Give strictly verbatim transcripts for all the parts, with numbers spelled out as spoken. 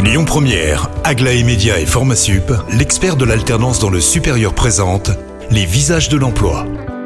Lyon Première, Aglaé Média et Formasup, l'expert de l'alternance dans le supérieur présente les visages de l'emploi.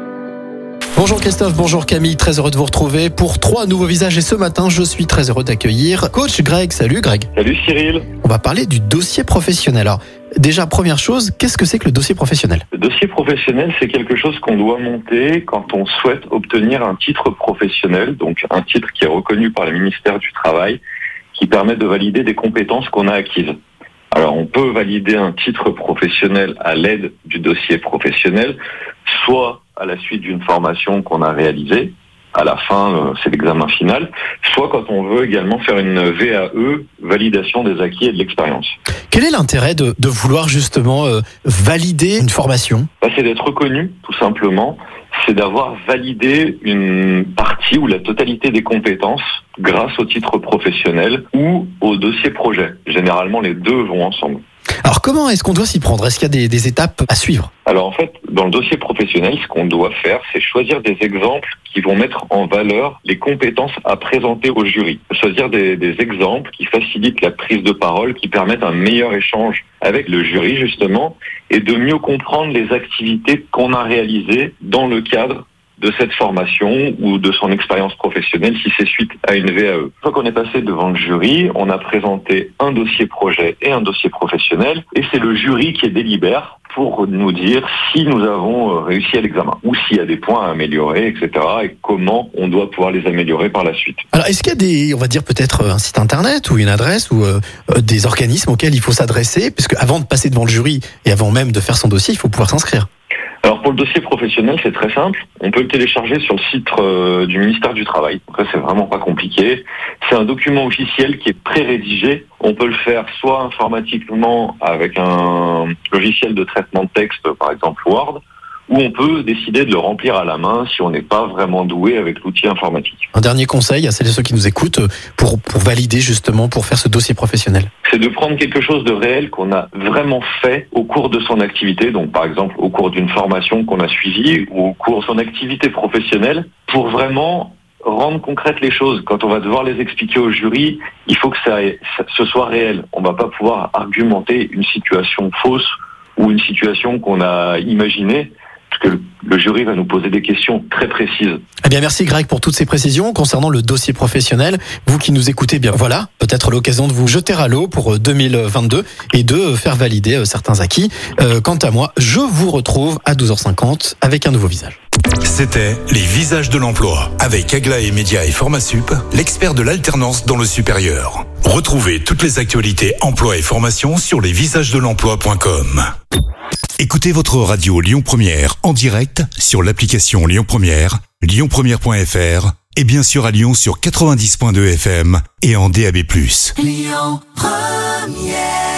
Bonjour Christophe, bonjour Camille, très heureux de vous retrouver pour trois nouveaux visages et ce matin je suis très heureux d'accueillir coach Greg. Salut Greg. Salut Cyril. On va parler du dossier professionnel. Alors déjà première chose, qu'est-ce que c'est que le dossier professionnel ? Le dossier professionnel, c'est quelque chose qu'on doit monter quand on souhaite obtenir un titre professionnel, donc un titre qui est reconnu par le ministère du Travail, qui permet de valider des compétences qu'on a acquises. Alors on peut valider un titre professionnel à l'aide du dossier professionnel, soit à la suite d'une formation qu'on a réalisée, à la fin c'est l'examen final, soit quand on veut également faire une V A E, validation des acquis et de l'expérience. Quel est l'intérêt de, de vouloir justement euh, valider une formation ? Bah, c'est d'être reconnu, tout simplement. C'est d'avoir validé une partie ou la totalité des compétences grâce au titre professionnel ou au dossier projet. Généralement, les deux vont ensemble. Alors comment est-ce qu'on doit s'y prendre ? Est-ce qu'il y a des, des étapes à suivre ? Alors en fait, dans le dossier professionnel, ce qu'on doit faire, c'est choisir des exemples qui vont mettre en valeur les compétences à présenter au jury. Choisir des, des exemples qui facilitent la prise de parole, qui permettent un meilleur échange avec le jury justement, et de mieux comprendre les activités qu'on a réalisées dans le cadre de cette formation ou de son expérience professionnelle si c'est suite à une V A E. Une fois qu'on est passé devant le jury, on a présenté un dossier projet et un dossier professionnel et c'est le jury qui délibère pour nous dire si nous avons réussi à l'examen ou s'il y a des points à améliorer, et cetera et comment on doit pouvoir les améliorer par la suite. Alors est-ce qu'il y a des, on va dire peut-être un site internet ou une adresse ou euh, des organismes auxquels il faut s'adresser, puisque avant de passer devant le jury et avant même de faire son dossier, il faut pouvoir s'inscrire. Alors pour le dossier professionnel, c'est très simple. On peut le télécharger sur le site euh, du ministère du Travail. Donc là, c'est vraiment pas compliqué. C'est un document officiel qui est pré-rédigé. On peut le faire soit informatiquement avec un logiciel de traitement de texte, par exemple Word, ou on peut décider de le remplir à la main si on n'est pas vraiment doué avec l'outil informatique. Un dernier conseil à celles et ceux qui nous écoutent pour, pour valider justement, pour faire ce dossier professionnel. C'est de prendre quelque chose de réel qu'on a vraiment fait au cours de son activité, donc par exemple au cours d'une formation qu'on a suivie ou au cours de son activité professionnelle, pour vraiment rendre concrètes les choses. Quand on va devoir les expliquer au jury, il faut que ça, ça ce soit réel. On ne va pas pouvoir argumenter une situation fausse ou une situation qu'on a imaginée, parce que le jury va nous poser des questions très précises. Eh bien, merci Greg pour toutes ces précisions concernant le dossier professionnel. Vous qui nous écoutez, bien voilà, peut-être l'occasion de vous jeter à l'eau pour deux mille vingt-deux et de faire valider certains acquis. Euh, quant à moi, je vous retrouve à douze heures cinquante avec un nouveau visage. C'était les visages de l'emploi avec Aglaé Média et Formasup, l'expert de l'alternance dans le supérieur. Retrouvez toutes les actualités emploi et formation sur les visages de l'emploi point com. Écoutez votre radio Lyon Première en direct sur l'application Lyon Première, lyon première point f r et bien sûr à Lyon sur quatre-vingt-dix point deux F M et en D A B plus. Lyon Première.